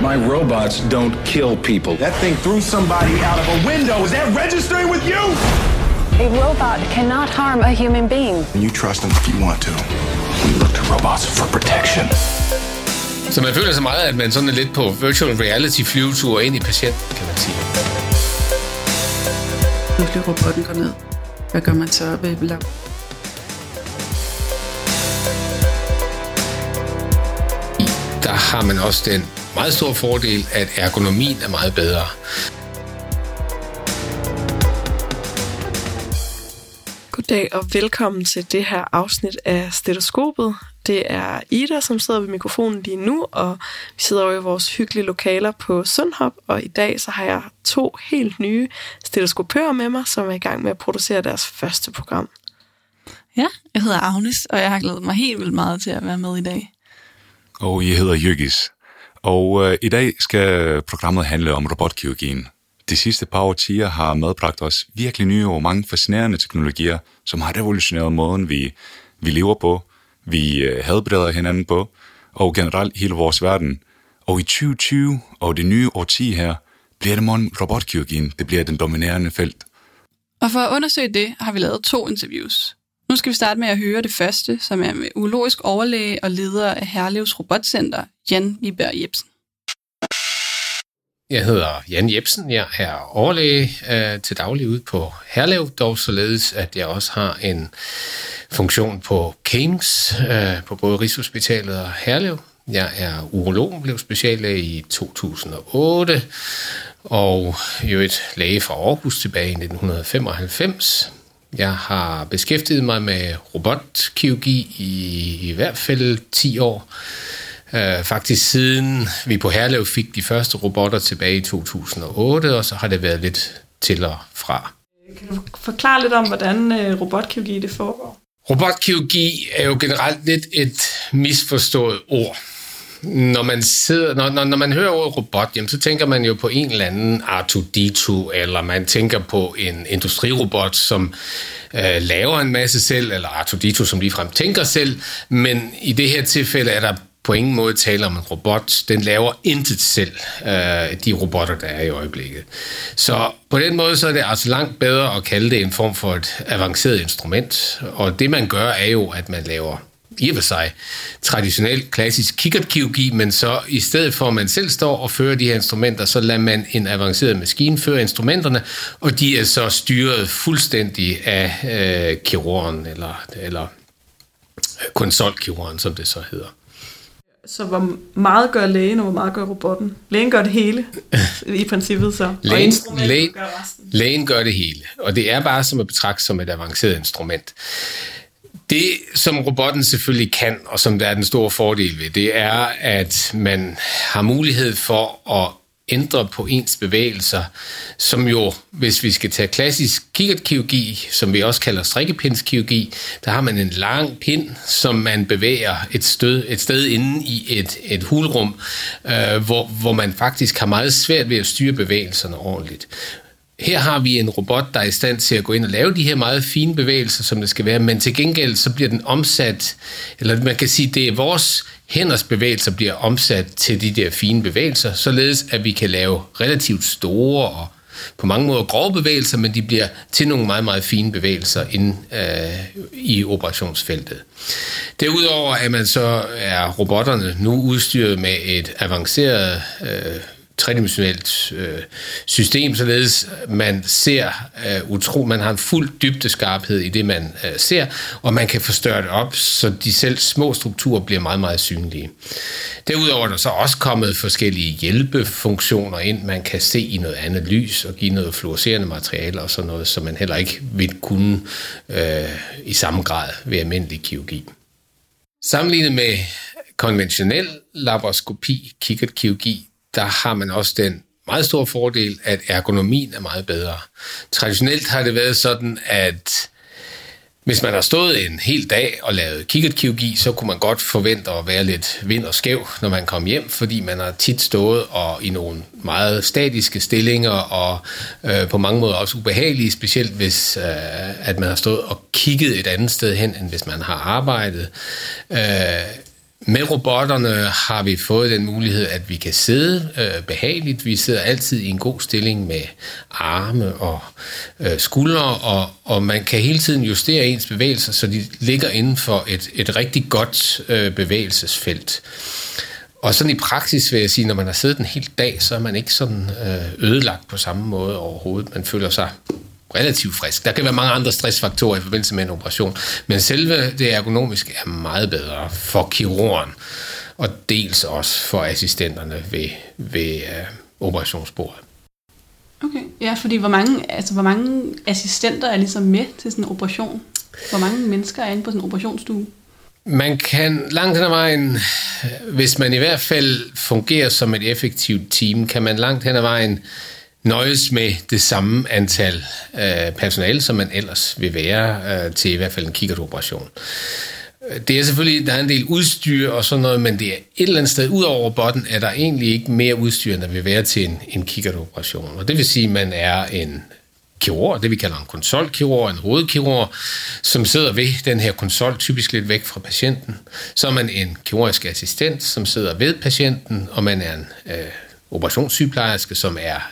My robots don't kill people. That thing threw somebody out of a window. Is that registering with you? A robot cannot harm a human being. You trust them if you want to. We look to robots for protection. Så man føler så meget, at man sådan er lidt på virtual reality flyvetur ind i patient, kan man sige. Nu bliver robotten går ned. Hvad gør man så ved lab? Der har man også den meget store fordel, at ergonomien er meget bedre. Goddag og velkommen til det her afsnit af Stetoskopet. Det er Ida, som sidder ved mikrofonen lige nu, og vi sidder over i vores hyggelige lokaler på Sundhop, og i dag så har jeg 2 helt nye stetoskopører med mig, som er i gang med at producere deres første program. Ja, jeg hedder Agnes, og jeg har glædet mig helt vildt meget til at være med i dag. Og jeg hedder Jørgis. Og i dag skal programmet handle om robotkirurgien. De sidste par årtier har medbragt os virkelig nye og mange fascinerende teknologier, som har revolutioneret måden, vi lever på, vi helbreder hinanden på, og generelt hele vores verden. Og i 2020 og det nye årti her, bliver det robotkirurgien, det bliver den dominerende felt. Og for at undersøge det, har vi lavet 2 interviews. Nu skal vi starte med at høre det første, som er med urologisk overlæge og leder af Herlevs Robotcenter, Jan Wiberg Jepsen. Jeg hedder Jan Jepsen. Jeg er overlæge til daglig ude på Herlev, dog således, at jeg også har en funktion på KAMES, på både Rigshospitalet og Herlev. Jeg er urolog, blev speciallæge i 2008, og jo et læge fra Aarhus tilbage i 1995. Jeg har beskæftiget mig med robotkirurgi i hvert fald 10 år. Faktisk siden vi på Herlev fik de første robotter tilbage i 2008, og så har det været lidt til og fra. Kan du forklare lidt om, hvordan robotkirurgi det foregår? Robotkirurgi er jo generelt lidt et misforstået ord. Når man hører ordet robot, jamen, så tænker man jo på en eller anden R2-D2, eller man tænker på en industrirobot, som laver en masse selv, eller R2-D2, som ligefrem tænker selv. Men i det her tilfælde er der på ingen måde tale om en robot. Den laver intet selv, de robotter, der er i øjeblikket. Så på den måde så er det altså langt bedre at kalde det en form for et avanceret instrument. Og det man gør er jo, at man laver i og for sig traditionel klassisk kikkertkirurgi, men så i stedet for at man selv står og fører de her instrumenter, så lader man en avanceret maskine føre instrumenterne, og de er så styret fuldstændig af kirurgen eller konsolkirurgen, som det så hedder. Så hvor meget gør lægen, og hvor meget gør robotten? Lægen gør det hele, i princippet så. Lægen gør det hele, og det er bare som at betragte som et avanceret instrument. Det, som robotten selvfølgelig kan, og som der er den store fordel ved, det er, at man har mulighed for at ændre på ens bevægelser, som jo, hvis vi skal tage klassisk kikkertkirurgi, som vi også kalder strikkepindskirurgi, der har man en lang pind, som man bevæger et sted inde i et hulrum, hvor man faktisk har meget svært ved at styre bevægelserne ordentligt. Her har vi en robot, der er i stand til at gå ind og lave de her meget fine bevægelser, som det skal være, men til gengæld så bliver den omsat, eller man kan sige, det er vores hænders bevægelser bliver omsat til de der fine bevægelser, således at vi kan lave relativt store og på mange måder grove bevægelser, men de bliver til nogle meget, meget fine bevægelser inde i operationsfeltet. Derudover er robotterne nu udstyret med et avanceret tredimensionelt system, således man ser man har en fuld dybdeskarphed i det, man ser, og man kan forstørre det op, så de selv små strukturer bliver meget, meget synlige. Derudover er der så også kommet forskellige hjælpefunktioner ind. Man kan se i noget andet lys og give noget fluorescerende materiale og sådan noget, som man heller ikke vil kunne i samme grad ved almindelig kirurgi. Sammenlignet med konventionel laparoskopi, kikkertkirurgi, der har man også den meget store fordel, at ergonomien er meget bedre. Traditionelt har det været sådan, at hvis man har stået en hel dag og lavet kikkertkirurgi, så kunne man godt forvente at være lidt vind og skæv, når man kom hjem, fordi man har tit stået og i nogle meget statiske stillinger og på mange måder også ubehagelige, specielt hvis at man har stået og kigget et andet sted hen, end hvis man har arbejdet. Med robotterne har vi fået den mulighed, at vi kan sidde behageligt. Vi sidder altid i en god stilling med arme og skuldre, og man kan hele tiden justere ens bevægelser, så de ligger inden for et rigtig godt bevægelsesfelt. Og sådan i praksis vil jeg sige, når man har siddet en hel dag, så er man ikke sådan ødelagt på samme måde overhovedet. Man føler sig relativt frisk. Der kan være mange andre stressfaktorer i forbindelse med en operation, men selve det ergonomiske er meget bedre for kirurgen, og dels også for assistenterne ved operationsbordet. Okay, ja, fordi hvor mange assistenter er ligesom med til sådan en operation? Hvor mange mennesker er inde på sådan en operationsstue? Man kan langt hen ad vejen, hvis man i hvert fald fungerer som et effektivt team, kan man langt hen ad vejen nøjes med det samme antal personale, som man ellers vil være til i hvert fald en kikkertoperation. Det er selvfølgelig, der er en del udstyr og sådan noget, men det er et eller andet sted ud over robotten, er der egentlig ikke mere udstyr, end der vil være til en kikkertoperation. Og det vil sige, at man er en kirurg, det vi kalder en konsolkirurg, en hovedkirurg, som sidder ved den her konsol, typisk lidt væk fra patienten. Så er man en kirurgisk assistent, som sidder ved patienten, og man er en operationssygeplejerske, som er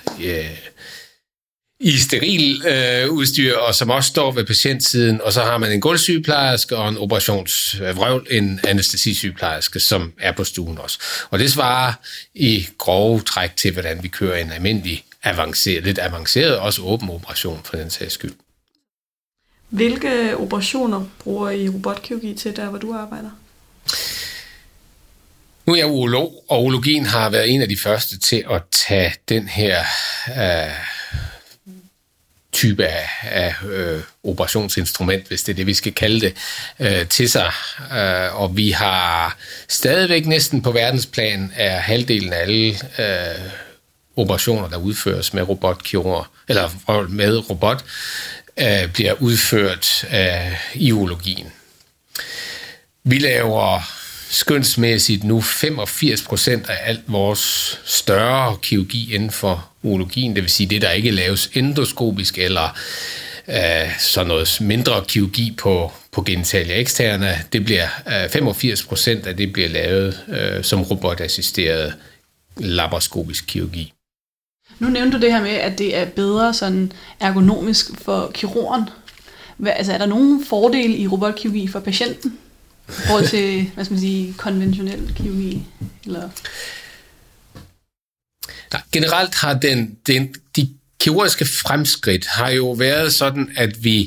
i steril udstyr, og som også står ved patientsiden, og så har man en gulvsygeplejerske og en en anæstesisygeplejerske, som er på stuen også. Og det svarer i grove træk til, hvordan vi kører en almindelig lidt avanceret, også åben operation for den sags skyld. Hvilke operationer bruger I robotkirurgi til, der hvor du arbejder? Nu er jeg urolog, og urologien har været en af de første til at tage den her type af operationsinstrument, hvis det er det, vi skal kalde det, til sig. Og vi har stadigvæk næsten på verdensplan af halvdelen af alle operationer, der udføres med robotkirurger, eller med robot, bliver udført i urologien. Vi laver skønsmæssigt nu 85% af alt vores større kirurgi inden for urologien, det vil sige det, der ikke laves endoskopisk eller sådan noget mindre kirurgi på genitalia eksterna, det bliver 85% af det bliver lavet som robotassisteret laparoskopisk kirurgi. Nu nævnte du det her med, at det er bedre sådan ergonomisk for kirurgen. Altså er der nogen fordele i robotkirurgi for patienten? I forhold til, hvad skal man sige, konventionel kirurgi? Eller? Nej, generelt har de kirurgiske fremskridt har jo været sådan, at vi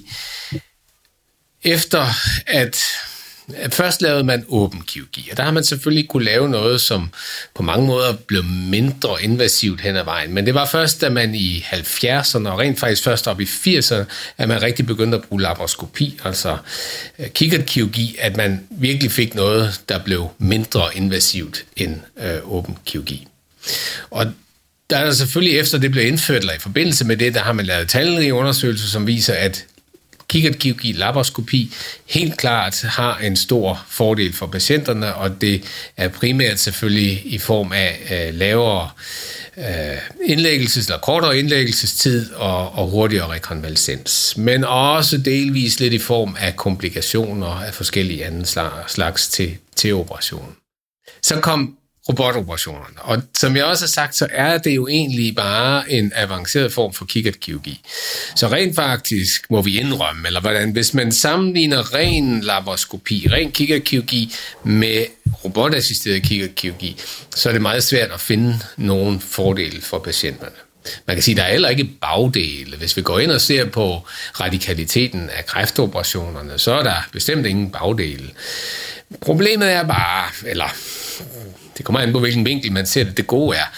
efter at først lavede man åben kirurgi, og der har man selvfølgelig kunne lave noget, som på mange måder blev mindre invasivt hen ad vejen. Men det var først, da man i 70'erne, og rent faktisk først op i 80'erne, at man rigtig begyndte at bruge laparoskopi, altså kikkertkirurgi, at man virkelig fik noget, der blev mindre invasivt end åben kirurgi. Og der er selvfølgelig efter det blev indført, eller i forbindelse med det, der har man lavet talrige undersøgelser, som viser, at kikkertkirurgi, laparoskopi, helt klart har en stor fordel for patienterne, og det er primært selvfølgelig i form af lavere eller kortere indlæggelsestid og hurtigere rekonvalescens, men også delvis lidt i form af komplikationer af forskellige andre slags til operationen. Så kom robotoperationerne. Og som jeg også har sagt, så er det jo egentlig bare en avanceret form for kikkertkirurgi. Så rent faktisk må vi indrømme, eller hvordan, hvis man sammenligner ren laparoskopi, ren kikkertkirurgi med robotassisteret kikkertkirurgi, så er det meget svært at finde nogen fordele for patienterne. Man kan sige, at der er heller ikke bagdele. Hvis vi går ind og ser på radikaliteten af kræftoperationerne, så er der bestemt ingen bagdele. Problemet er bare, eller det kommer an på, hvilken vinkel man ser det gode er.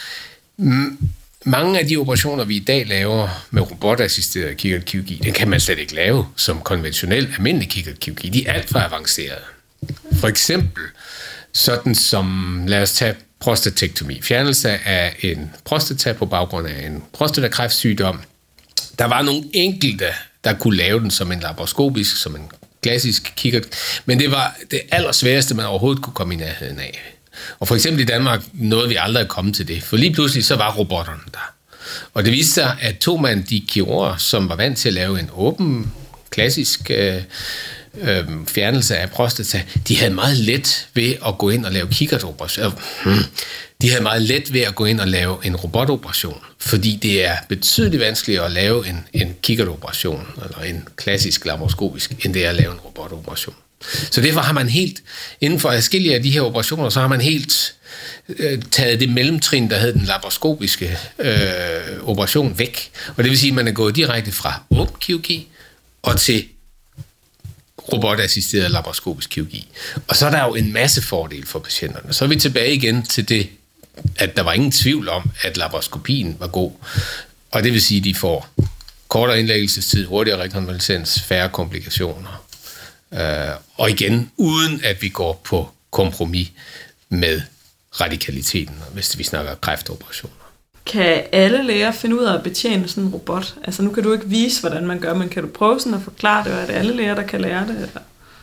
Mange af de operationer, vi i dag laver med robotassisteret kikkertkirurgi, den kan man slet ikke lave som konventionel almindelig kikkertkirurgi. De er alt for avancerede. For eksempel sådan som, lad os tage prostatektomi, fjernelse af en prostata på baggrund af en prostatakræftsygdom. Der var nogle enkelte, der kunne lave den som en laparoskopisk, som en klassisk kikkert, men det var det allersværeste, man overhovedet kunne komme i nærheden af. Og for eksempel i Danmark nåede vi aldrig at komme til det, for lige pludselig så var robotterne der. Og det viste sig, at tog man de kirurger, som var vant til at lave en åben, klassisk fjernelse af prostata, de havde meget let ved at gå ind og lave kikkertoperation. De havde meget let ved at gå ind og lave en robotoperation, fordi det er betydeligt vanskeligere at lave en kikkertoperation, eller en klassisk laparoskopisk, end det er at lave en robotoperation. Så derfor har man helt, inden for adskillige af de her operationer, så har man helt taget det mellemtrin, der hed den laparoskopiske operation væk. Og det vil sige, at man er gået direkte fra åben kirurgi og til robotassisteret laparoskopisk kirurgi. Og så er der jo en masse fordele for patienterne. Så er vi tilbage igen til det, at der var ingen tvivl om, at laparoskopien var god. Og det vil sige, at de får kortere indlæggelsestid, hurtigere rekonvalescens, færre komplikationer. Og igen, uden at vi går på kompromis med radikaliteten, hvis vi snakker kræftoperationer. Kan alle læger finde ud af at betjene sådan en robot? Altså nu kan du ikke vise, hvordan man gør, men kan du prøve sådan at forklare det, og er det alle læger, der kan lære det? Eller?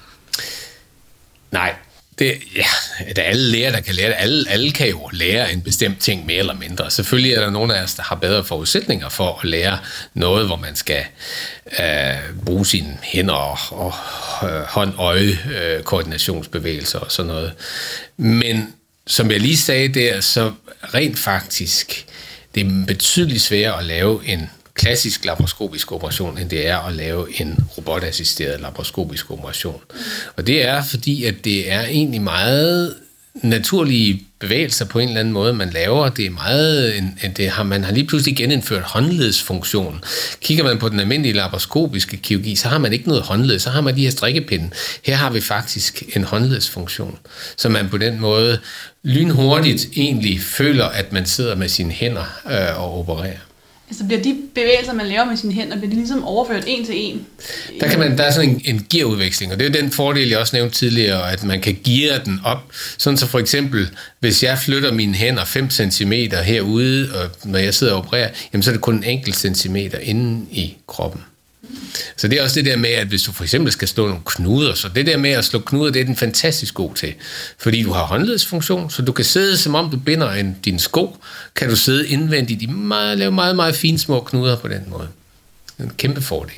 Nej, det er alle læger, der kan lære det. Alle kan jo lære en bestemt ting mere eller mindre. Selvfølgelig er der nogen af os, der har bedre forudsætninger for at lære noget, hvor man skal bruge sine hænder og hånd-øje koordinationsbevægelser og sådan noget. Men som jeg lige sagde der, så rent faktisk, det er betydeligt sværere at lave en klassisk laparoskopisk operation, end det er at lave en robotassisteret laparoskopisk operation. Og det er fordi, at det er egentlig meget naturlige bevægelser på en eller anden måde, man laver. Det er meget, man har lige pludselig genindført håndledsfunktion. Kigger man på den almindelige laparoskopiske kirurgi, så har man ikke noget håndled, så har man de her strikkepinde. Her har vi faktisk en håndledsfunktion, så man på den måde lynhurtigt egentlig føler, at man sidder med sine hænder og opererer. Altså bliver de bevægelser, man laver med sine hænder, bliver de ligesom overført en til en? Der er sådan en gearudveksling, og det er den fordel, jeg også nævnte tidligere, at man kan geare den op. Sådan så for eksempel, hvis jeg flytter mine hænder 5 cm herude, og når jeg sidder og opererer, jamen så er det kun en enkelt centimeter inde i kroppen. Så det er også det der med, at hvis du for eksempel skal slå nogle knuder, så det der med at slå knuder, det er den fantastisk god til. Fordi du har håndledsfunktion, så du kan sidde, som om du binder din sko, kan du sidde indvendigt i lave meget, meget fine små knuder på den måde. Det er en kæmpe fordel.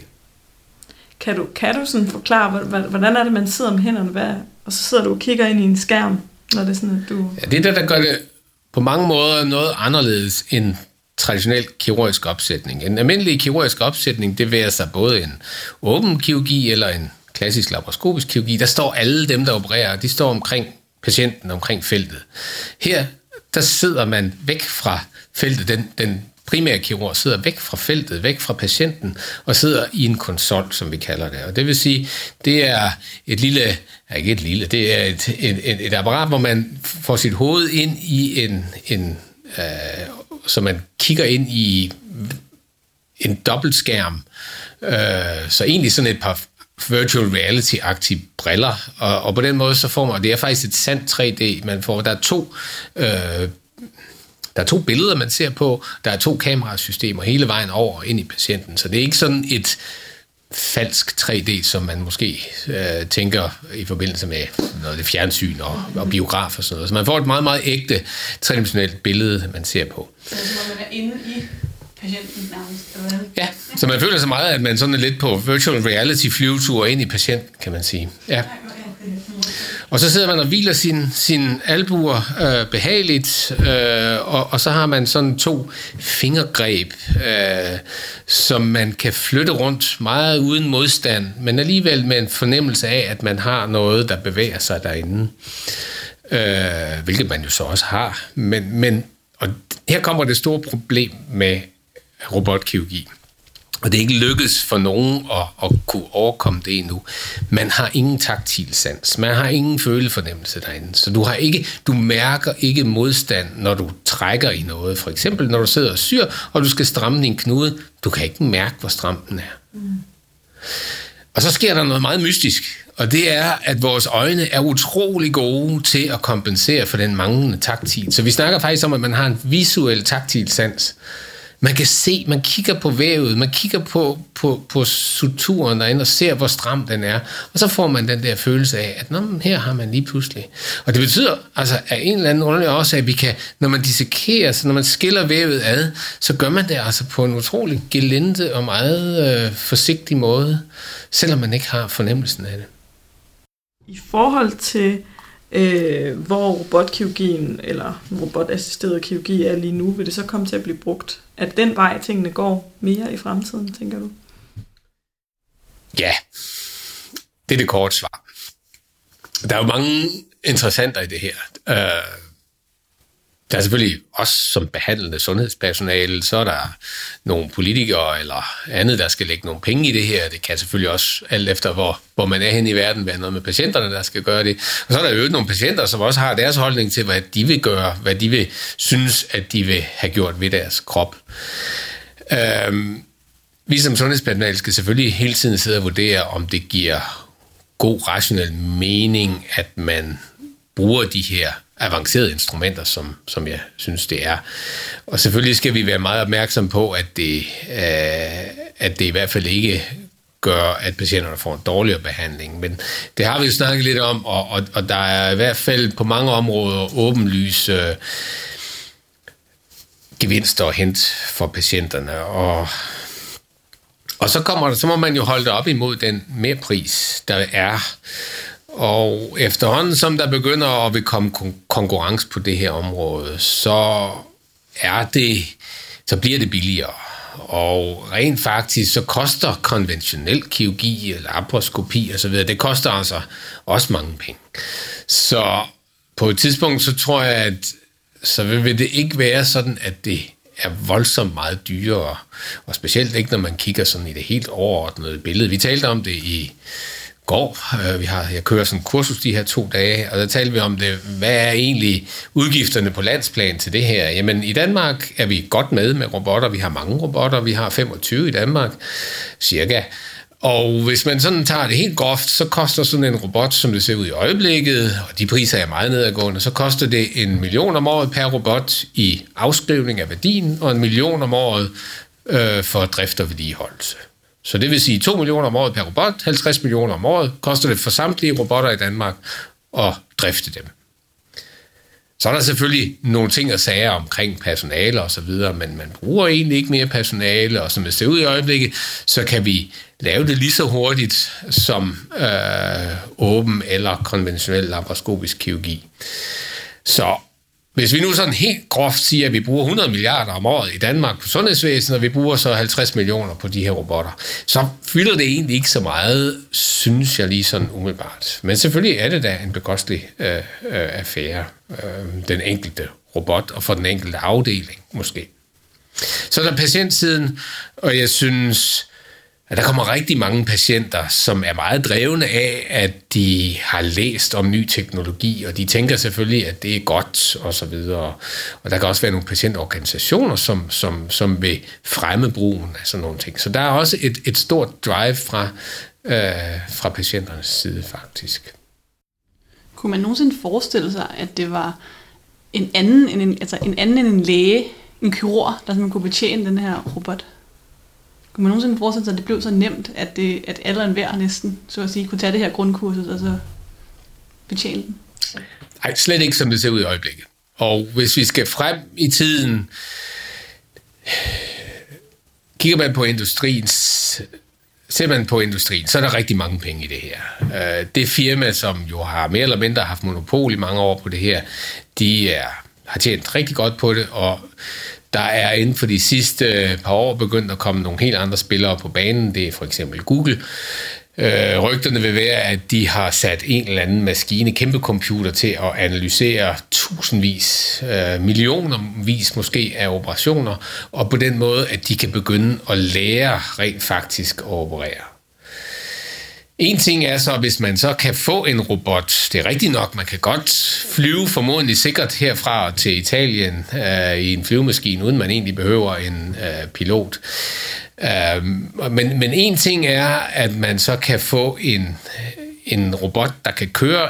Kan du sådan forklare, hvordan er det, man sidder med hænderne, og så sidder du og kigger ind i en skærm, når det er sådan, at du... Ja, det er det, der gør det på mange måder noget anderledes end traditionel kirurgisk opsætning. En almindelig kirurgisk opsætning, det værer sig både en åben kirurgi eller en klassisk laparoskopisk kirurgi. Der står alle dem, der opererer, de står omkring patienten, omkring feltet. Her, der sidder man væk fra feltet. Den primære kirurg sidder væk fra feltet, væk fra patienten, og sidder i en konsol, som vi kalder det. Og det vil sige, det er det er et apparat, hvor man får sit hoved ind i så man kigger ind i en dobbeltskærm, så egentlig sådan et par virtual reality-agtige briller, og på den måde så får man, og det er faktisk et sandt 3D, man får, der er to billeder, man ser på, der er 2 kamerasystemer hele vejen over ind i patienten, så det er ikke sådan et falsk 3D, som man måske tænker i forbindelse med noget det fjernsyn og biograf og sådan noget. Så man får et meget, meget ægte tredimensionelt billede, man ser på. Så man er inde i patienten nærmest? Ja, så man føler så meget, at man sådan er lidt på virtual reality flyvetur ind i patienten, kan man sige. Ja. Og så sidder man og hviler sine albuer behageligt, og så har man sådan 2 fingergreb, som man kan flytte rundt meget uden modstand, men alligevel med en fornemmelse af, at man har noget, der bevæger sig derinde. Hvilket man jo så også har. Men og her kommer det store problem med robotkirurgi. Og det er ikke lykkedes for nogen at kunne overkomme det endnu. Man har ingen taktil sans. Man har ingen følefornemmelse derinde. Så du mærker ikke modstand, når du trækker i noget. For eksempel, når du sidder og syr, og du skal stramme din knude. Du kan ikke mærke, hvor stram den er. Og så sker der noget meget mystisk. Og det er, at vores øjne er utrolig gode til at kompensere for den manglende taktil. Så vi snakker faktisk om, at man har en visuel taktil sans. Man kan se, man kigger på vævet, man kigger på suturen derinde og ser, hvor stram den er. Og så får man den der følelse af, at her har man lige pludselig. Og det betyder altså, at en eller anden underlig årsag, at vi kan, når man dissekerer, så når man skiller vævet ad, så gør man det altså på en utrolig gelinde og meget forsigtig måde, selvom man ikke har fornemmelsen af det. I forhold til, hvor robotkirurgien eller robotassisteret kirurgi er lige nu, vil det så komme til at blive brugt? At den vej tingene går mere i fremtiden, tænker du? Ja, det er det korte svar. Der er jo mange interessenter i det her. Der er selvfølgelig også som behandlende sundhedspersonale, så er der nogle politikere eller andet, der skal lægge nogle penge i det her. Det kan selvfølgelig også, alt efter hvor man er hen i verden, være noget med patienterne, der skal gøre det. Og så er der jo nogle patienter, som også har deres holdning til, hvad de vil gøre, hvad de vil synes, at de vil have gjort ved deres krop. Vi som sundhedspersonale skal selvfølgelig hele tiden sidde og vurdere, om det giver god rationel mening, at man bruger de her avancerede instrumenter, som jeg synes, det er. Og selvfølgelig skal vi være meget opmærksom på, at det i hvert fald ikke gør, at patienterne får en dårligere behandling. Men det har vi jo snakket lidt om, og der er i hvert fald på mange områder åbenlys gevinster at hente for patienterne. Og så må man jo holde det op imod den merpris, der er. Og efterhånden, som der begynder at vil komme konkurrence på det her område, så bliver det billigere. Og rent faktisk, så koster konventionel kirurgi eller laparoskopi osv., det koster altså også mange penge. Så på et tidspunkt, så tror jeg, at så vil det ikke være sådan, at det er voldsomt meget dyrere. Og specielt ikke, når man kigger sådan i det helt overordnede billede. Vi talte om det i går. Jeg kører sådan en kursus de her 2 dage, og der talte vi om det. Hvad er egentlig udgifterne på landsplan til det her? Jamen, i Danmark er vi godt med robotter. Vi har mange robotter. Vi har 25 i Danmark, cirka. Og hvis man sådan tager det helt groft, så koster sådan en robot, som det ser ud i øjeblikket, og de priser er meget nedadgående, så koster det 1 million om året per robot i afskrivning af værdien, og 1 million om året for drift og vedligeholdelse. Så det vil sige 2 millioner om året per robot, 50 millioner om året, koster det for samtlige robotter i Danmark at drifte dem. Så er der selvfølgelig nogle ting og sager omkring personale og så videre, men man bruger egentlig ikke mere personale, og som det ser ud i øjeblikket, så kan vi lave det lige så hurtigt som åben eller konventionel laparoskopisk kirurgi. Så hvis vi nu sådan helt groft siger, at vi bruger 100 milliarder om året i Danmark på sundhedsvæsenet, og vi bruger så 50 millioner på de her robotter, så fylder det egentlig ikke så meget, synes jeg lige sådan umiddelbart. Men selvfølgelig er det da en bekostelig affære, den enkelte robot, og for den enkelte afdeling måske. Så er der patientsiden, og jeg synes, at der kommer rigtig mange patienter, som er meget drevne af, at de har læst om ny teknologi, og de tænker selvfølgelig, at det er godt, og så videre. Og der kan også være nogle patientorganisationer, som vil fremme brugen af sådan nogle ting. Så der er også et stort drive fra patienternes side, faktisk. Kunne man nogensinde forestille sig, at det var en anden end en læge, en kirurg, der simpelthen kunne betjene den her robot? Kunne man nogensinde forestille sig, at det blev så nemt, at alle og enhver næsten, så at sige, kunne tage det her grundkursus og så betjene den? Nej, slet ikke som det ser ud i øjeblikket. Og hvis vi skal frem i tiden, kigger man på industrien, ser man på industrien, så er der rigtig mange penge i det her. Det firma, som jo har mere eller mindre haft monopol i mange år på det her, har tjent rigtig godt på det, og der er inden for de sidste par år begyndt at komme nogle helt andre spillere på banen. Det er for eksempel Google. Rygterne vil være, at de har sat en eller anden maskine, kæmpe computer, til at analysere tusindvis, millionervis måske af operationer, og på den måde, at de kan begynde at lære rent faktisk at operere. En ting er så, hvis man så kan få en robot. Det er rigtigt nok, man kan godt flyve formodentlig sikkert herfra til Italien i en flyvemaskine, uden man egentlig behøver en pilot. Men en ting er, at man så kan få en robot, der kan køre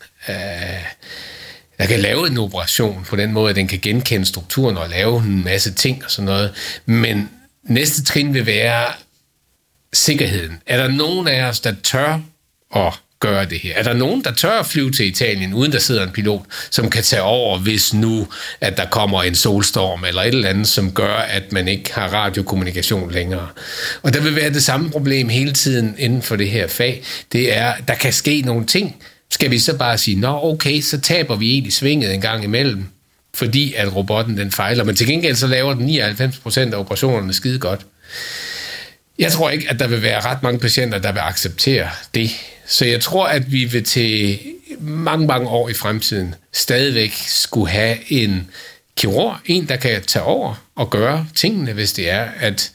der kan lave en operation på den måde, at den kan genkende strukturen og lave en masse ting og sådan noget. Men næste trin vil være sikkerheden. Er der nogen af os, der tør at gøre det her? Er der nogen, der tør at flyve til Italien, uden der sidder en pilot, som kan tage over, hvis nu, at der kommer en solstorm eller et eller andet, som gør, at man ikke har radiokommunikation længere? Og der vil være det samme problem hele tiden inden for det her fag. Det er, der kan ske nogle ting, Skal vi så bare sige, nå okay, så taber vi egentlig svinget en gang imellem, fordi at robotten den fejler, men til gengæld så laver den 99% af operationerne skide godt. Jeg tror ikke, at der vil være ret mange patienter, der vil acceptere det. Så jeg tror, at vi vil til mange år i fremtiden stadigvæk skulle have en kirurg, en der kan tage over og gøre tingene, hvis det er,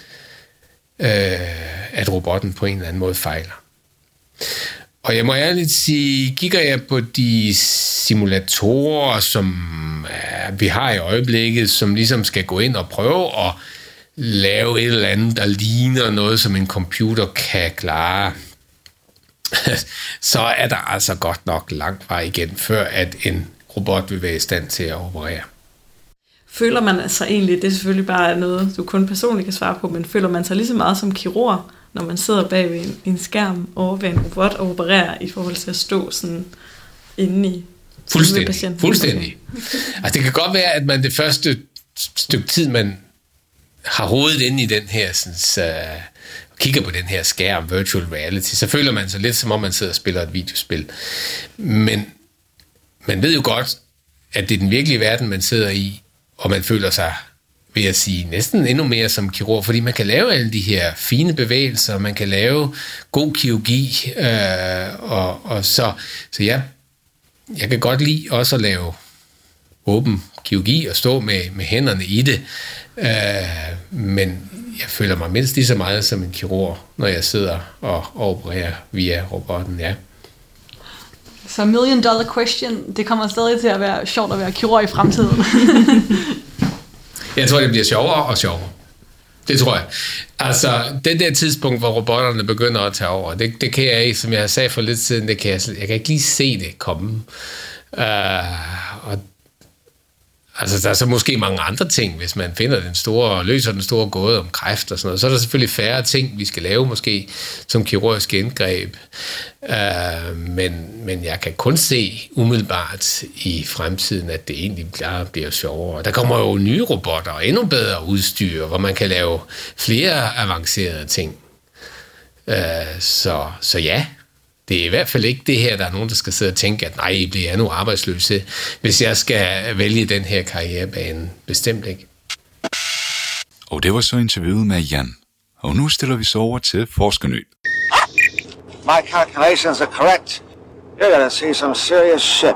at robotten på en eller anden måde fejler. Og jeg må ærligt sige, kigger jeg på de simulatorer, som vi har i øjeblikket, som ligesom skal gå ind og prøve at lave et eller andet, der ligner noget, som en computer kan klare, så er der altså godt nok langt vej igen, før at en robot vil være i stand til at operere. Føler man altså egentlig, det er selvfølgelig bare noget, du kun personligt kan svare på, men føler man sig lige så meget som kirurg, når man sidder bag ved en skærm over ved en robot og opererer i forhold til at stå sådan inde i patienten? Fuldstændig. Altså, det kan godt være, at man det første stykke tid, man har hovedet inde i den her, sådan, kigger på den her skærm, virtual reality, så føler man sig lidt, som om man sidder og spiller et videospil. Men man ved jo godt, at det er den virkelige verden, man sidder i, og man føler sig, vil jeg sige, næsten endnu mere som kirurg, fordi man kan lave alle de her fine bevægelser, man kan lave god kirurgi, og så jeg kan godt lide også at lave åben kirurgi og stå med hænderne i det, men jeg føler mig mindst lige så meget som en kirurg, når jeg sidder og opererer via robotten, ja. Så $1 million question, det kommer stadig til at være sjovt at være kirurg i fremtiden. Jeg tror, det bliver sjovere og sjovere. Det tror jeg. Altså, det der tidspunkt, hvor robotterne begynder at tage over, det kan jeg ikke, som jeg sagde for lidt siden, jeg kan ikke lige se det komme. Og altså, der er så måske mange andre ting, hvis man løser den store gåde om kræft og sådan noget. Så er der selvfølgelig færre ting, vi skal lave måske som kirurgisk indgreb. Men jeg kan kun se umiddelbart i fremtiden, at det egentlig bliver sjovere. Der kommer jo nye robotter og endnu bedre udstyr, hvor man kan lave flere avancerede ting. Så ja, det er i hvert fald ikke det her, der er nogen, der skal sidde og tænke, at nej, bliver jeg nu arbejdsløse, hvis jeg skal vælge den her karrierebane. Bestemt ikke. Og det var så interviewet med Jan. Og nu stiller vi så over til Forskernyt. My calculations are correct. You're gonna see some serious shit.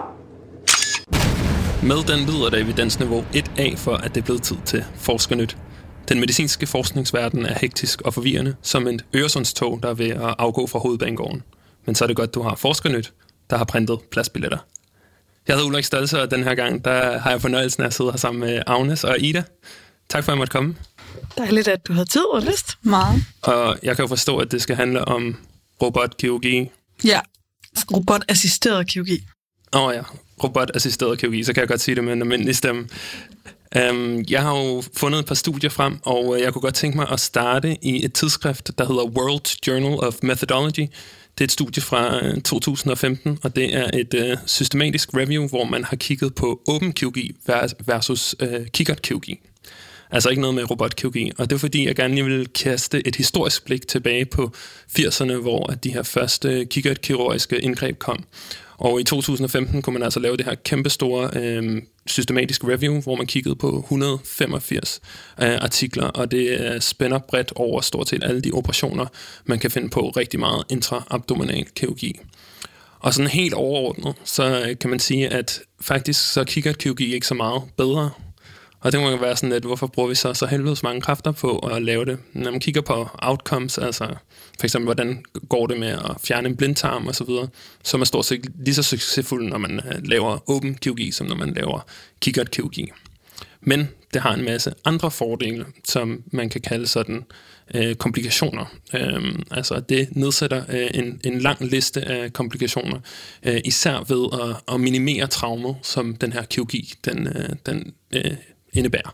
Med den lyder det evidensniveau 1A for, at det er blevet tid til Forskernyt. Den medicinske forskningsverden er hektisk og forvirrende, som et Øresundstog, der er ved at afgå fra hovedbanegården. Men så er det godt, du har Forskernyt, der har printet pladsbilletter. Jeg hedder Ulrik Stolze, og den her gang der har jeg fornøjelsen af at sidde her sammen med Agnes og Ida. Tak for, at jeg måtte komme. Dejligt, at du havde tid og lyst. Meget. Og jeg kan jo forstå, at det skal handle om robotkirurgi. Ja, robotassisteret kirurgi. Ja, robotassisteret kirurgi, så kan jeg godt sige det med en almindelig stemme. Jeg har jo fundet et par studier frem, og jeg kunne godt tænke mig at starte i et tidsskrift, der hedder World Journal of Methodology. Det er et studie fra 2015, og det er et systematisk review, hvor man har kigget på åben kirurgi versus kikkertkirurgi. Altså ikke noget med robotkirurgi. Og det er fordi, jeg gerne vil kaste et historisk blik tilbage på 80'erne, hvor de her første kikkertkirurgiske indgreb kom. Og i 2015 kunne man altså lave det her kæmpestore systematisk review, hvor man kiggede på 185 artikler, og det spænder bredt over stort set alle de operationer, man kan finde på rigtig meget intraabdominal kirurgi. Og sådan helt overordnet, så kan man sige, at faktisk så kigger kirurgi ikke så meget bedre. Og det må jo være sådan lidt, hvorfor bruger vi så helvedes mange kræfter på at lave det? Når man kigger på outcomes, altså for eksempel, hvordan går det med at fjerne en blindtarm og så videre, så er man stort set lige så succesfuld, når man laver åben kirurgi, som når man laver kikkertkirurgi. Men det har en masse andre fordele, som man kan kalde sådan komplikationer. Altså det nedsætter en lang liste af komplikationer, især ved at minimere traumet, som den her kirurgi den indebærer.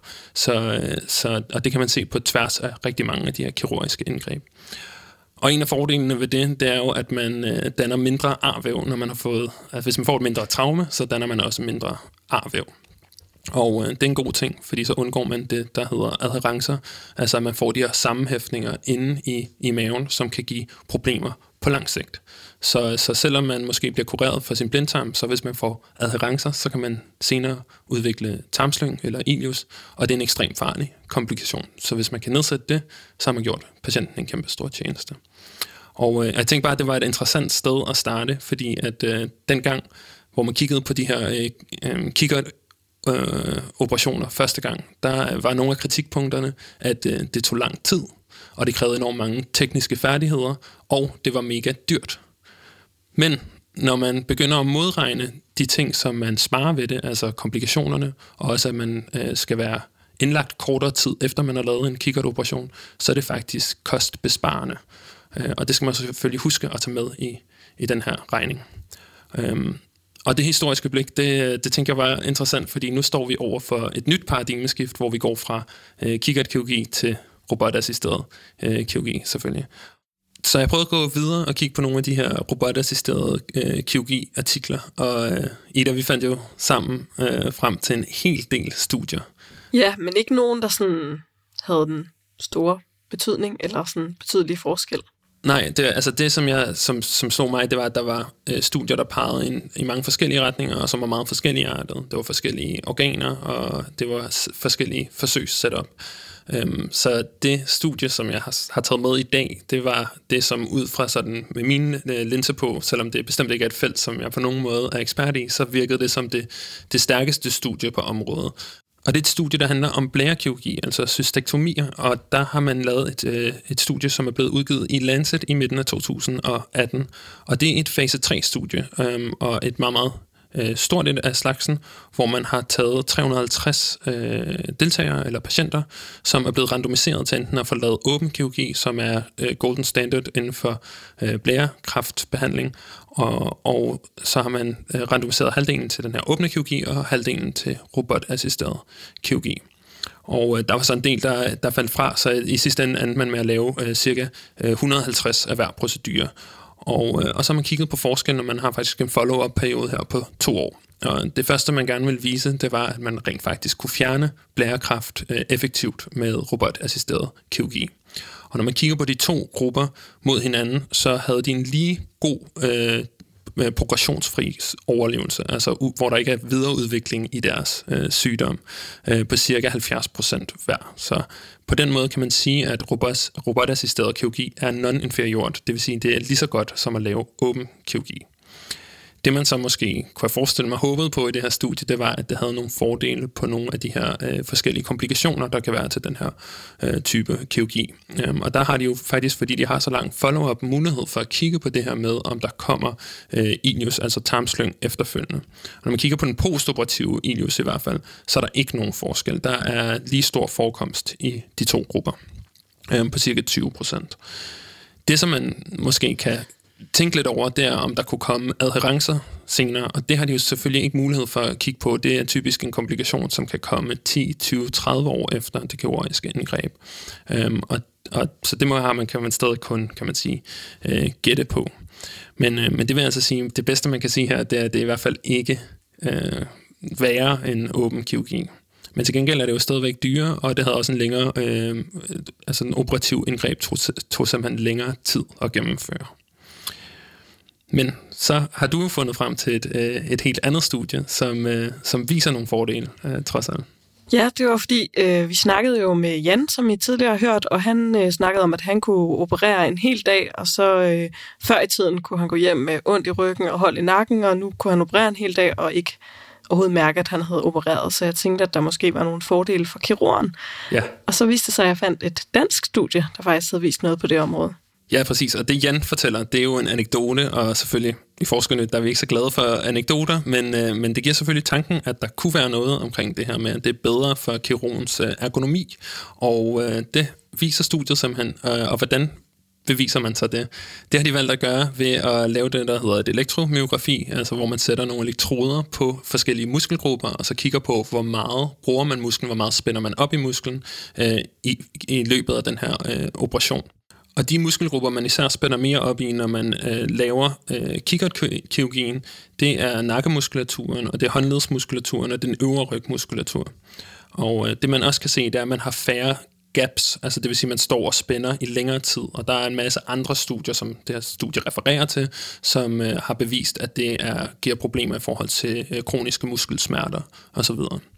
Og det kan man se på tværs af rigtig mange af de her kirurgiske indgreb. Og en af fordelene ved det er jo, at man danner mindre arvæv, når man har fået, altså hvis man får et mindre traume, så danner man også mindre arvæv. Og det er en god ting, fordi så undgår man det, der hedder adherencer, altså at man får de her sammenhæftninger inde i maven, som kan give problemer på lang sigt. Så selvom man måske bliver kureret for sin blindtarm, så hvis man får adherencer, så kan man senere udvikle tarmslyng eller ileus, og det er en ekstremt farlig komplikation. Så hvis man kan nedsætte det, så har man gjort patienten en kæmpe stor tjeneste. Og jeg tænkte bare, at det var et interessant sted at starte, fordi at dengang, hvor man kiggede på de her operationer første gang, der var nogle af kritikpunkterne, at det tog lang tid, og det krævede enormt mange tekniske færdigheder, og det var mega dyrt. Men når man begynder at modregne de ting, som man sparer ved det, altså komplikationerne, og også at man skal være indlagt kortere tid, efter man har lavet en kikkertoperation, så er det faktisk kostbesparende. Og det skal man selvfølgelig huske at tage med i den her regning. Og det historiske blik, det tænker jeg var interessant, fordi nu står vi over for et nyt paradigmeskift, hvor vi går fra kikkertkirurgi til robotassisteret kirurgi selvfølgelig. Så jeg prøvede at gå videre og kigge på nogle af de her robotassisterede kirurgi-artikler, og Ida, vi fandt jo sammen frem til en hel del studier. Ja, men ikke nogen, der sådan havde den store betydning, eller sådan betydelig forskel. Nej, det som slog mig, det var, at der var studier, der pegede i mange forskellige retninger, og som var meget forskellige arter. Det var forskellige organer, og det var forskellige forsøgssetup. Så det studie, som jeg har taget med i dag, det var det, som ud fra sådan med mine linser på, selvom det bestemt ikke er et felt, som jeg på nogen måde er ekspert i, så virkede det som det stærkeste studie på området. Og det er et studie, der handler om blærekirurgi, altså cystektomier, og der har man lavet et studie, som er blevet udgivet i Lancet i midten af 2018. Og det er et fase 3-studie, og et meget, meget stort et af slagsen, hvor man har taget 350 deltagere eller patienter, som er blevet randomiseret til enten at få lavet åben kirurgi, som er golden standard inden for blærekræftbehandling, og så har man randomiseret halvdelen til den her åbne kirurgi, og halvdelen til robotassisteret kirurgi. Og der var så en del, der faldt fra, så i sidste ende endte man med at lave cirka 150 af hver procedure. Og så har man kigget på forskellen, og man har faktisk en follow-up-periode her på 2 år. Og det første, man gerne ville vise, det var, at man rent faktisk kunne fjerne blærekræft effektivt med robotassisteret kirurgi. Og når man kigger på de 2 grupper mod hinanden, så havde de en lige god progressionsfri overlevelse, altså hvor der ikke er videreudvikling i deres sygdom, på cirka 70% hver. Så på den måde kan man sige, at robotassisteret kirurgi er non-inferiort, det vil sige, at det er lige så godt som at lave åben kirurgi. Det man så måske kunne forestille mig håbet på i det her studie, det var, at det havde nogle fordele på nogle af de her forskellige komplikationer, der kan være til den her type kirurgi. Og der har de jo faktisk, fordi de har så lang follow-up, mulighed for at kigge på det her med, om der kommer ileus, altså tarmslyng efterfølgende. Og når man kigger på den postoperative ileus i hvert fald, så er der ikke nogen forskel. Der er lige stor forekomst i de 2 grupper, på cirka 20%. Det, som man måske kan tænke lidt over, det er, om der kunne komme adherencer senere, og det har de jo selvfølgelig ikke mulighed for at kigge på. Det er typisk en komplikation, som kan komme 10, 20, 30 år efter det kirurgiske indgreb. Så det kan man stadig kun, kan man sige, gætte på. Men det vil altså sige, det bedste man kan sige her, det er, at det i hvert fald ikke værre end åben kirurgi. Men til gengæld er det jo stadigvæk dyre, og det havde også en længere, altså en operativ indgreb tog simpelthen længere tid at gennemføre. Men så har du fundet frem til et helt andet studie, som viser nogle fordele, trods alt. Ja, det var fordi, vi snakkede jo med Jan, som I tidligere har hørt, og han snakkede om, at han kunne operere en hel dag, og så før i tiden kunne han gå hjem med ondt i ryggen og hold i nakken, og nu kunne han operere en hel dag og ikke overhovedet mærke, at han havde opereret, så jeg tænkte, at der måske var nogle fordele for kirurgen. Ja. Og så viste det sig, at jeg fandt et dansk studie, der faktisk havde vist noget på det område. Ja, præcis. Og det Jan fortæller, det er jo en anekdote, og selvfølgelig i forskerne, der er vi ikke så glade for anekdoter, men det giver selvfølgelig tanken, at der kunne være noget omkring det her med, at det er bedre for kirurgens ergonomi, og det viser studiet simpelthen, og hvordan beviser man så det? Det har de valgt at gøre ved at lave det, der hedder et elektromyografi, altså hvor man sætter nogle elektroder på forskellige muskelgrupper, og så kigger på, hvor meget bruger man musklen, hvor meget spænder man op i musklen i løbet af den her operation. Og de muskelgrupper, man især spænder mere op i, når man laver kikkertkirurgien, det er nakkemuskulaturen, og det er håndledsmuskulaturen, og den øvre rygmuskulatur. Og det man også kan se, det er, at man har færre gaps, altså det vil sige, at man står og spænder i længere tid, og der er en masse andre studier, som det her studie refererer til, som har bevist, at det giver problemer i forhold til kroniske muskelsmerter osv.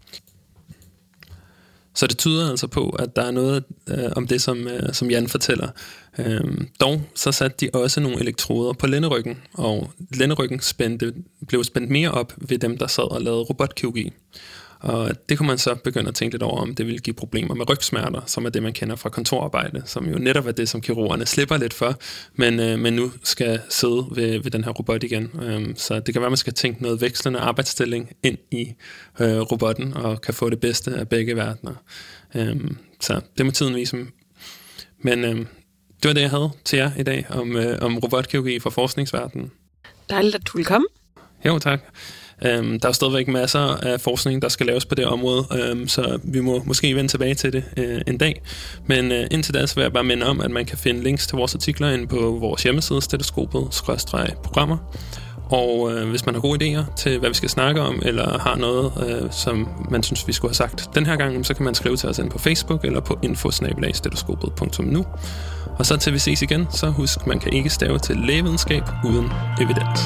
Så det tyder altså på, at der er noget om det, som Jan fortæller. Dog så satte de også nogle elektroder på lænderyggen, og lænderyggen blev spændt mere op ved dem, der sad og lavede robotkirurgi. Og det kunne man så begynde at tænke lidt over, om det ville give problemer med rygsmerter, som er det, man kender fra kontorarbejde, som jo netop er det, som kirurgerne slipper lidt for, men nu skal sidde ved den her robot igen. Så det kan være, at man skal tænke noget vekslende arbejdsstilling ind i robotten, og kan få det bedste af begge verdener. Så det må tiden vise. Men det var det, jeg havde til jer i dag om robotkirurgi fra forskningsverdenen. Dejligt, at du vil komme. Jo, tak. Der er stadigvæk masser af forskning, der skal laves på det område, så vi må måske vende tilbage til det en dag. Men indtil da, så vil jeg bare minde om, at man kan finde links til vores artikler inde på vores hjemmeside, stetoskopet/programmer. Og hvis man har gode idéer til, hvad vi skal snakke om, eller har noget, som man synes, vi skulle have sagt den her gang, så kan man skrive til os inde på Facebook eller på info@stetoskopet.nu. Og så til vi ses igen, så husk, man kan ikke stave til lægevidenskab uden evidens.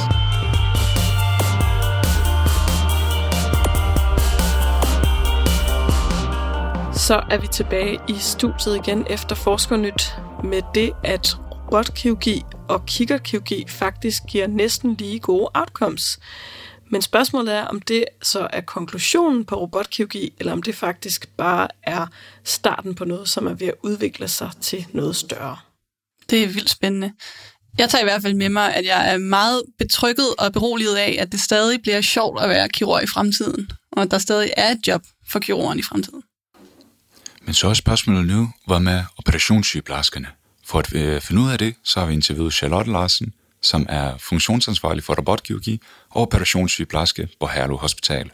Så er vi tilbage i studiet igen efter Forskernyt med det, at robotkirurgi og kikkertkirurgi faktisk giver næsten lige gode outcomes. Men spørgsmålet er, om det så er konklusionen på robotkirurgi, eller om det faktisk bare er starten på noget, som er ved at udvikle sig til noget større. Det er vildt spændende. Jeg tager i hvert fald med mig, at jeg er meget betrygget og beroliget af, at det stadig bliver sjovt at være kirurg i fremtiden, og at der stadig er et job for kirurgerne i fremtiden. Men så er spørgsmålet nu, hvad med operationssygeplejerskerne? For at finde ud af det, så har vi interviewet Charlotte Larsen, som er funktionsansvarlig for robotkirurgi og operationssygeplejerske på Herlev Hospital.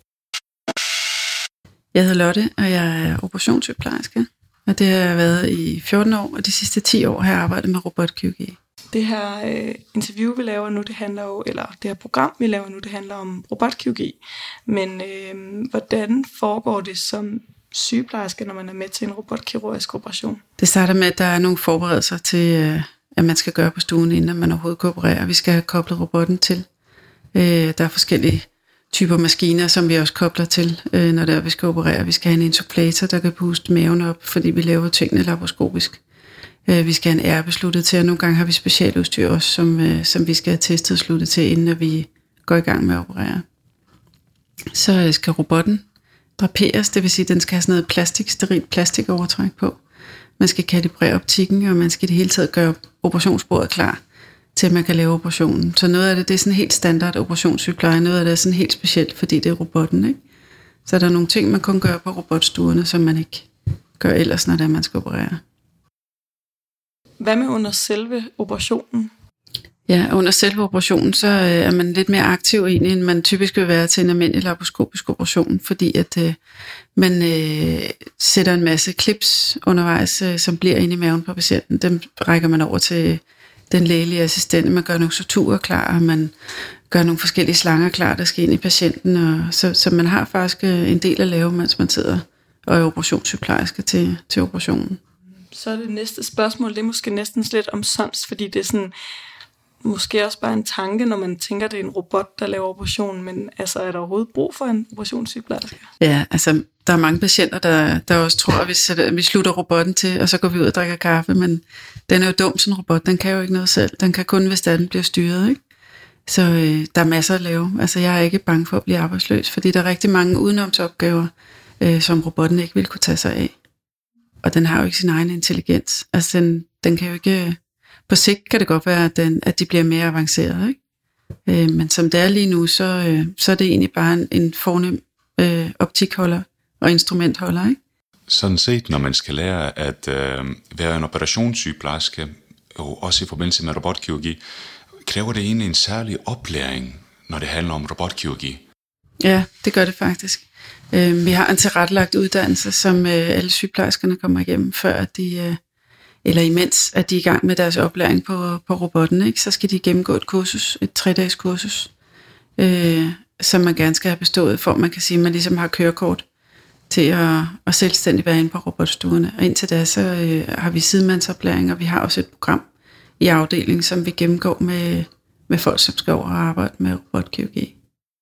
Jeg hedder Lotte, og jeg er operationssygeplejerske. Og det har jeg været i 14 år, og de sidste 10 år har jeg arbejdet med robotkirurgi. Det her interview, vi laver nu, det handler jo, eller det her program, vi laver nu, det handler om robotkirurgi. Men hvordan foregår det som sygeplejerske, når man er med til en robotkirurgisk operation? Det starter med, at der er nogle forberedelser til, at man skal gøre på stuen, inden man overhovedet kan operere. Vi skal have koblet robotten til. Der er forskellige typer maskiner, som vi også kobler til, når det er, vi skal operere. Vi skal have en insufflator, der kan puste maven op, fordi vi laver tingene laparoskopisk. Vi skal have en ære besluttet til, og nogle gange har vi specialudstyr også, som vi skal have testet og sluttet til, inden vi går i gang med at operere. Så skal robotten draperes, det vil sige, at den skal have sådan noget sterilt plastikovertræk på. Man skal kalibrere optikken, og man skal i det hele taget gøre operationsbordet klar til, at man kan lave operationen. Så noget af det er sådan helt standard operationssygepleje, noget af det er sådan helt specielt, fordi det er robotten, ikke? Så der er nogle ting, man kun gør på robotstuerne, som man ikke gør ellers, når det er, man skal operere. Hvad med under selve operationen? Ja, under selve operationen, så er man lidt mere aktiv egentlig, end man typisk vil være til en almindelig laparoskopisk operation, fordi at man sætter en masse clips undervejs, som bliver inde i maven på patienten. Dem rækker man over til den lægelige assistent. Man gør nogle suturer klar, og man gør nogle forskellige slanger klar, der skal ind i patienten. Og så man har faktisk en del at lave, mens man sidder og er operationssygeplejerske til operationen. Så er det næste spørgsmål, det er måske næsten lidt omsonst, fordi det er sådan måske også bare en tanke, når man tænker, det er en robot, der laver operationen, men altså, er der overhovedet brug for en operationssygeplejerske? Ja, altså, der er mange patienter, der også tror, at vi slutter robotten til, og så går vi ud og drikker kaffe, men den er jo dum, sådan en robot, den kan jo ikke noget selv. Den kan kun, hvis den bliver styret, ikke? Så der er masser at lave. Altså, jeg er ikke bange for at blive arbejdsløs, fordi der er rigtig mange udenomsopgaver, som robotten ikke vil kunne tage sig af. Og den har jo ikke sin egen intelligens. Altså, den kan jo ikke... På sigt kan det godt være, at de bliver mere avancerede, ikke? Men som det er lige nu, så er det egentlig bare en fornem optikholder og instrumentholder, ikke? Sådan set, når man skal lære at være en operationssygeplejerske, og også i forbindelse med robotkirurgi, kræver det egentlig en særlig oplæring, når det handler om robotkirurgi? Ja, det gør det faktisk. Vi har en tilrettelagt uddannelse, som alle sygeplejerskerne kommer igennem, før de... eller imens at de er i gang med deres oplæring på robotten, ikke? Så skal de gennemgå et kursus, et 3-dages kursus, som man gerne skal have bestået, for man kan sige, at man ligesom har kørekort til at selvstændigt være inde på robotstuerne. Og indtil da, så har vi sidemandsoplæring, og vi har også et program i afdelingen, som vi gennemgår med folk, som skal over og arbejde med robotkirurgi.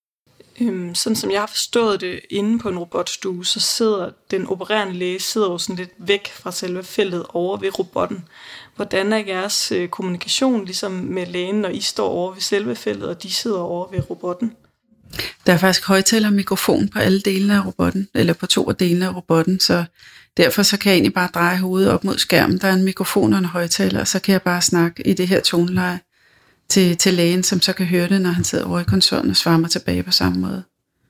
Sådan som jeg har forstået det, inde på en robotstue, så sidder den opererende læge jo sådan lidt væk fra selve feltet over ved robotten. Hvordan er jeres kommunikation ligesom med lægen, når I står over ved selve feltet, og de sidder over ved robotten? Der er faktisk højtaler og mikrofon på alle delene af robotten, eller på 2 af delene af robotten, så derfor så kan jeg egentlig bare dreje hovedet op mod skærmen. Der er en mikrofon og en højtaler, og så kan jeg bare snakke i det her toneleje til lægen, som så kan høre det, når han sidder over i konsollen og svarer mig tilbage på samme måde.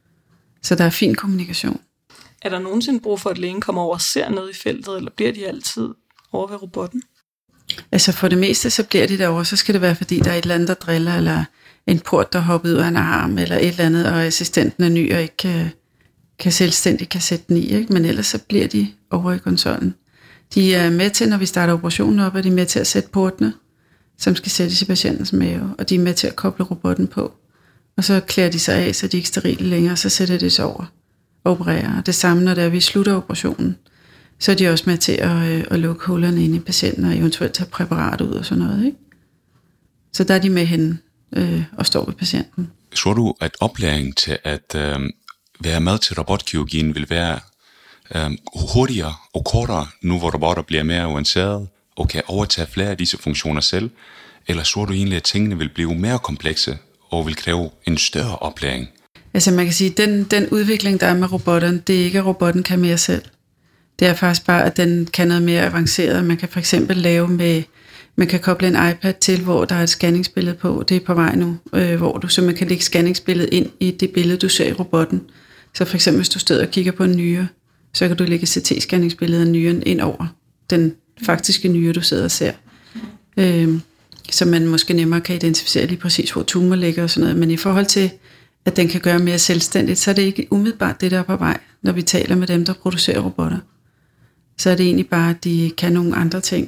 Så der er fin kommunikation. Er der nogensinde brug for, at lægen kommer over og ser noget i feltet, eller bliver de altid over ved robotten? Altså for det meste, så bliver de derovre, så skal det være, fordi der er et eller andet, der driller, eller en port, der hopper ud af en arm, eller et eller andet, og assistenten er ny og ikke kan selvstændigt kan sætte den i. Ikke? Men ellers så bliver de over i konsollen. De er med til, når vi starter operationen op, er de med til at sætte portene, som skal sættes i patientens mave, og de er med til at koble robotten på. Og så klæder de sig af, så de ikke er sterile længere, så sætter de sig over og opererer. Og det samme, når vi slutter operationen, så er de også med til at lukke hullerne ind i patienten, og eventuelt tage præparat ud og sådan noget. Ikke? Så der er de med henne og står ved patienten. Tror du, at oplæringen til at være med til robotkirurgien vil være hurtigere og kortere, nu hvor robotter bliver mere avancerede og kan overtage flere af disse funktioner selv? Eller tror du egentlig, at tingene vil blive mere komplekse og vil kræve en større oplæring? Altså man kan sige, at den udvikling, der er med robotterne, det er ikke, at robotten kan mere selv. Det er faktisk bare, at den kan noget mere avanceret. Man kan for eksempel man kan koble en iPad til, hvor der er et scanningsbillede på. Det er på vej nu, hvor du simpelthen kan lægge scanningsbilledet ind i det billede, du ser i robotten. Så for eksempel, hvis du står og kigger på en nyre, så kan du lægge CT-scanningsbilledet af nyren ind over den faktiske nyre, du sidder og ser. Så man måske nemmere kan identificere lige præcis, hvor tumor ligger og sådan noget. Men i forhold til, at den kan gøre mere selvstændigt, så er det ikke umiddelbart det, der er på vej, når vi taler med dem, der producerer robotter. Så er det egentlig bare, at de kan nogle andre ting,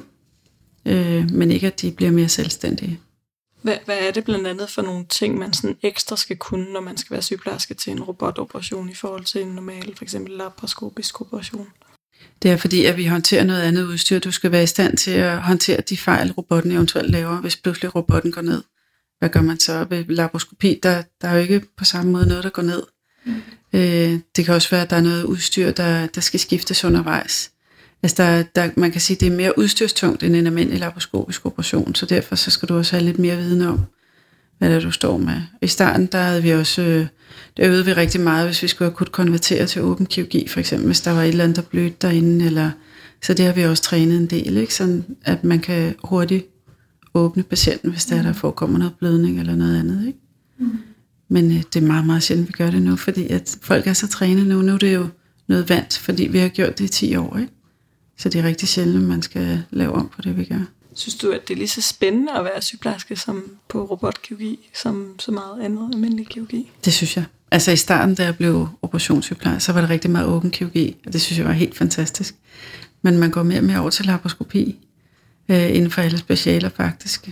men ikke, at de bliver mere selvstændige. Hvad er det blandt andet for nogle ting, man sådan ekstra skal kunne, når man skal være sygeplejerske til en robotoperation i forhold til en normal, for eksempel laparoskopisk operation? Det er fordi, at vi håndterer noget andet udstyr. Du skal være i stand til at håndtere de fejl, robotten eventuelt laver, hvis pludselig robotten går ned. Hvad gør man så ved laparoskopi? Der er jo ikke på samme måde noget, der går ned. Det kan også være, at der er noget udstyr, der skal skiftes undervejs. Altså man kan sige, at det er mere udstyrstungt end en almindelig laparoskopisk operation, så derfor så skal du også have lidt mere viden om, hvad det er, du står med. I starten, der øvede vi rigtig meget, hvis vi skulle kunne konvertere til åben kirurgi, for eksempel, hvis der var et eller andet, der blødte derinde, så det har vi også trænet en del, ikke? Sådan at man kan hurtigt åbne patienten, hvis der forekommer noget blødning eller noget andet. Ikke? Men det er meget, meget sjældent, vi gør det nu, fordi at folk er så trænet nu. Nu er det jo noget vant, fordi vi har gjort det i 10 år. Ikke? Så det er rigtig sjældent, at man skal lave om på det, vi gør. Synes du, at det er lige så spændende at være sygeplejerske som på robotkirurgi, som så meget andet almindelig kirurgi? Det synes jeg. Altså i starten, da jeg blev operationssygeplejer, så var det rigtig meget åben kirurgi, og det synes jeg var helt fantastisk. Men man går mere og mere over til laparoskopi, inden for alle specialer faktisk.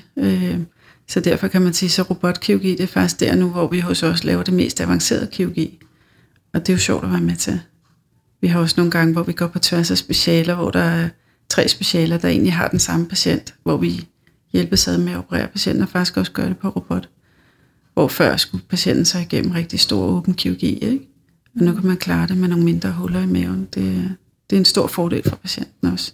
Så derfor kan man sige, så robotkirurgi, det er faktisk der nu, hvor vi hos os laver det mest avancerede kirurgi. Og det er jo sjovt at være med til. Vi har også nogle gange, hvor vi går på tværs af specialer, hvor der er 3 specialer, der egentlig har den samme patient, hvor vi hjælpes ad med at operere patienten, og faktisk også gør det på robot. Hvor før skulle patienten så igennem rigtig stor åben kirurgi, ikke? Og nu kan man klare det med nogle mindre huller i maven. Det er en stor fordel for patienten også.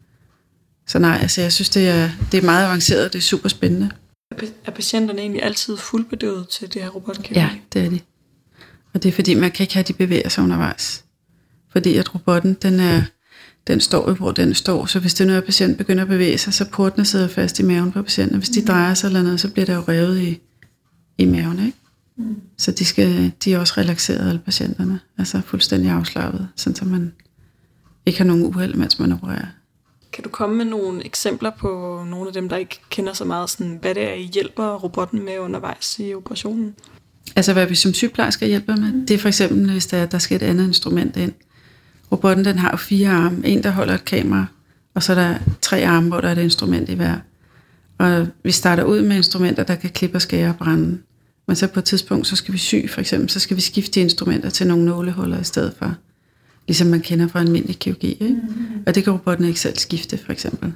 Så nej, altså jeg synes, det er meget avanceret, det er super spændende. Er patienterne egentlig altid fuldbedøvet til det her robotkirurgi? Ja, det er de. Og det er fordi, man kan ikke have de bevægelser undervejs. Fordi at robotten, den står jo, hvor den står. Så hvis det nu er, at patienten begynder at bevæge sig, så portene sidder fast i maven på patienten. Og hvis de drejer sig eller noget, så bliver der jo revet i maven, ikke? Så de er også relaxeret, alle patienterne. Altså fuldstændig afslappet, sådan så man ikke har nogen uheld, mens man opererer. Kan du komme med nogle eksempler på nogle af dem, der ikke kender så meget, sådan, hvad det er, I hjælper robotten med undervejs i operationen? Altså hvad vi som sygeplejersker hjælper med, det er for eksempel, hvis der skal et andet instrument ind. Robotten, den har jo 4 arme. En, der holder et kamera, og så er der 3 arme, hvor der er et instrument i hver. Og vi starter ud med instrumenter, der kan klippe og skære og brænde. Men så på et tidspunkt, så skal vi sy, for eksempel, så skal vi skifte de instrumenter til nogle nålehuller i stedet for. ligesom man kender fra almindelig kirurgi. Ikke? Og det kan robotten ikke selv skifte, for eksempel.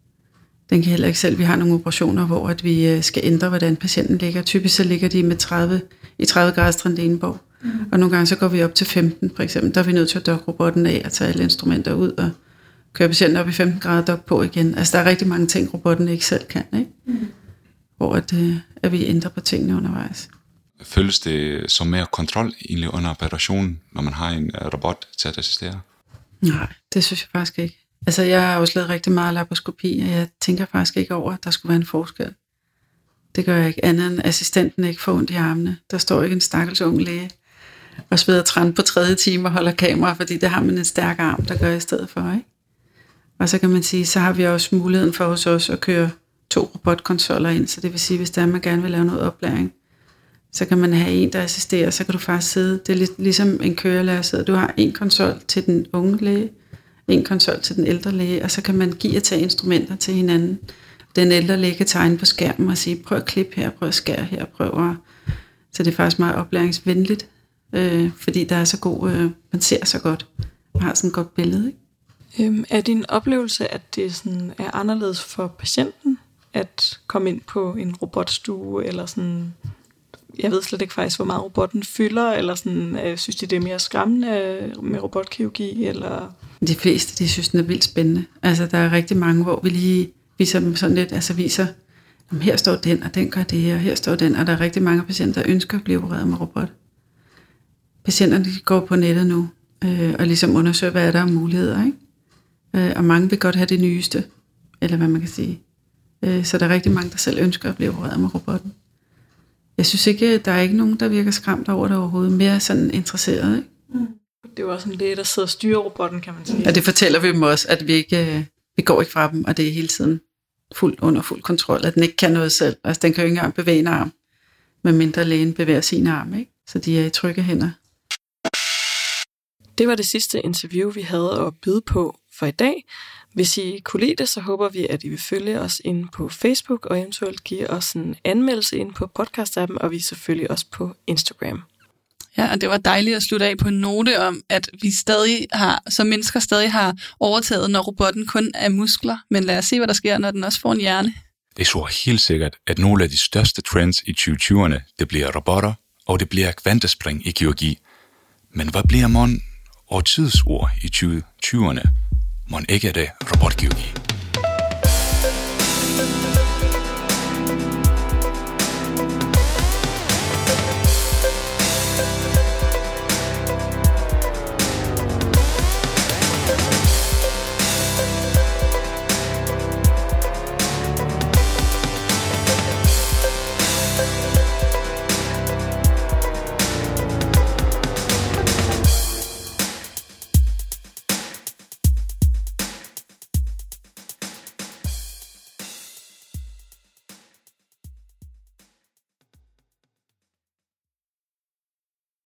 Den kan heller ikke selv. Vi har nogle operationer, hvor at vi skal ændre, hvordan patienten ligger. Typisk så ligger de med 30 graders Trendelenborg. Og nogle gange så går vi op til 15, for eksempel. Der er vi nødt til at dokke robotten af og tage alle instrumenter ud og køre patienten op i 15 grader, dokke på igen. Altså der er rigtig mange ting, robotten ikke selv kan, ikke? Hvor at vi ændrer på tingene undervejs. Føles det som mere kontrol egentlig under operationen, når man har en robot til at assistere? Nej, det synes jeg faktisk ikke. Altså jeg har også lavet rigtig meget laparoskopi, og jeg tænker faktisk ikke over, at der skulle være en forskel. Det gør jeg ikke andet end assistenten ikke får ondt i armene. Der står ikke en stakkels ung læge og sveder træn på 3. time og holder kamera, fordi det har man en stærk arm, der gør i stedet for, ikke? Og så kan man sige, så har vi også muligheden for hos os at køre 2 robotkonsoller ind, så det vil sige, hvis der man gerne vil lave noget oplæring, så kan man have en, der assisterer, så kan du faktisk sidde, det er lidt ligesom en kørelærer sidder, du har en konsol til den unge læge, en konsol til den ældre læge, og så kan man give og tage instrumenter til hinanden. Den ældre læge kan tegne på skærmen og sige, prøv at klippe her, prøv at skære her, prøv at... Så det er faktisk meget oplæringsvenligt, fordi der er så god, man ser så godt, man har sådan et godt billede, ikke? Er din oplevelse, at det sådan er anderledes for patienten at komme ind på en robotstue, eller sådan, jeg ved slet ikke faktisk, hvor meget robotten fylder, eller sådan, synes de, det er mere skræmmende med robotkirurgi, eller... De fleste, de synes, den er vildt spændende. Altså, der er rigtig mange, hvor vi lige viser dem sådan lidt, altså viser, her står den, og den gør det, og her står den, og der er rigtig mange patienter, der ønsker at blive opereret med robot. Patienterne går på nettet nu, og ligesom undersøger, hvad er der af muligheder, ikke? Og mange vil godt have det nyeste, eller hvad man kan sige. Så der er rigtig mange, der selv ønsker at blive opereret med robotten. Jeg synes ikke, der er ikke nogen, der virker skræmt over det overhovedet. Mere sådan interesseret, ikke? Det er jo også en læge, der sidder og styrer robotten, kan man sige. Og det fortæller vi dem også, at vi går ikke fra dem, og det er hele tiden under fuld kontrol, at den ikke kan noget selv. Altså, den kan jo ikke engang bevæge en arm, medmindre lægen bevæger sin arm, ikke? Så de er i trygge hænder. Det var det sidste interview, vi havde at byde på for i dag. Hvis I kunne lide det, så håber vi, at I vil følge os inde på Facebook, og eventuelt give os en anmeldelse inde på podcast-appen, og vi er selvfølgelig også på Instagram. Ja, og det var dejligt at slutte af på en note om, at vi som mennesker stadig har overtaget, når robotten kun er muskler. Men lad os se, hvad der sker, når den også får en hjerne. Det tror helt sikkert, at nogle af de største trends i 2020'erne, det bliver robotter, og det bliver kvantespring i kirurgi. Men hvad bliver mon årtidsord i 2020'erne? Mon ikke er det robotkirurgi?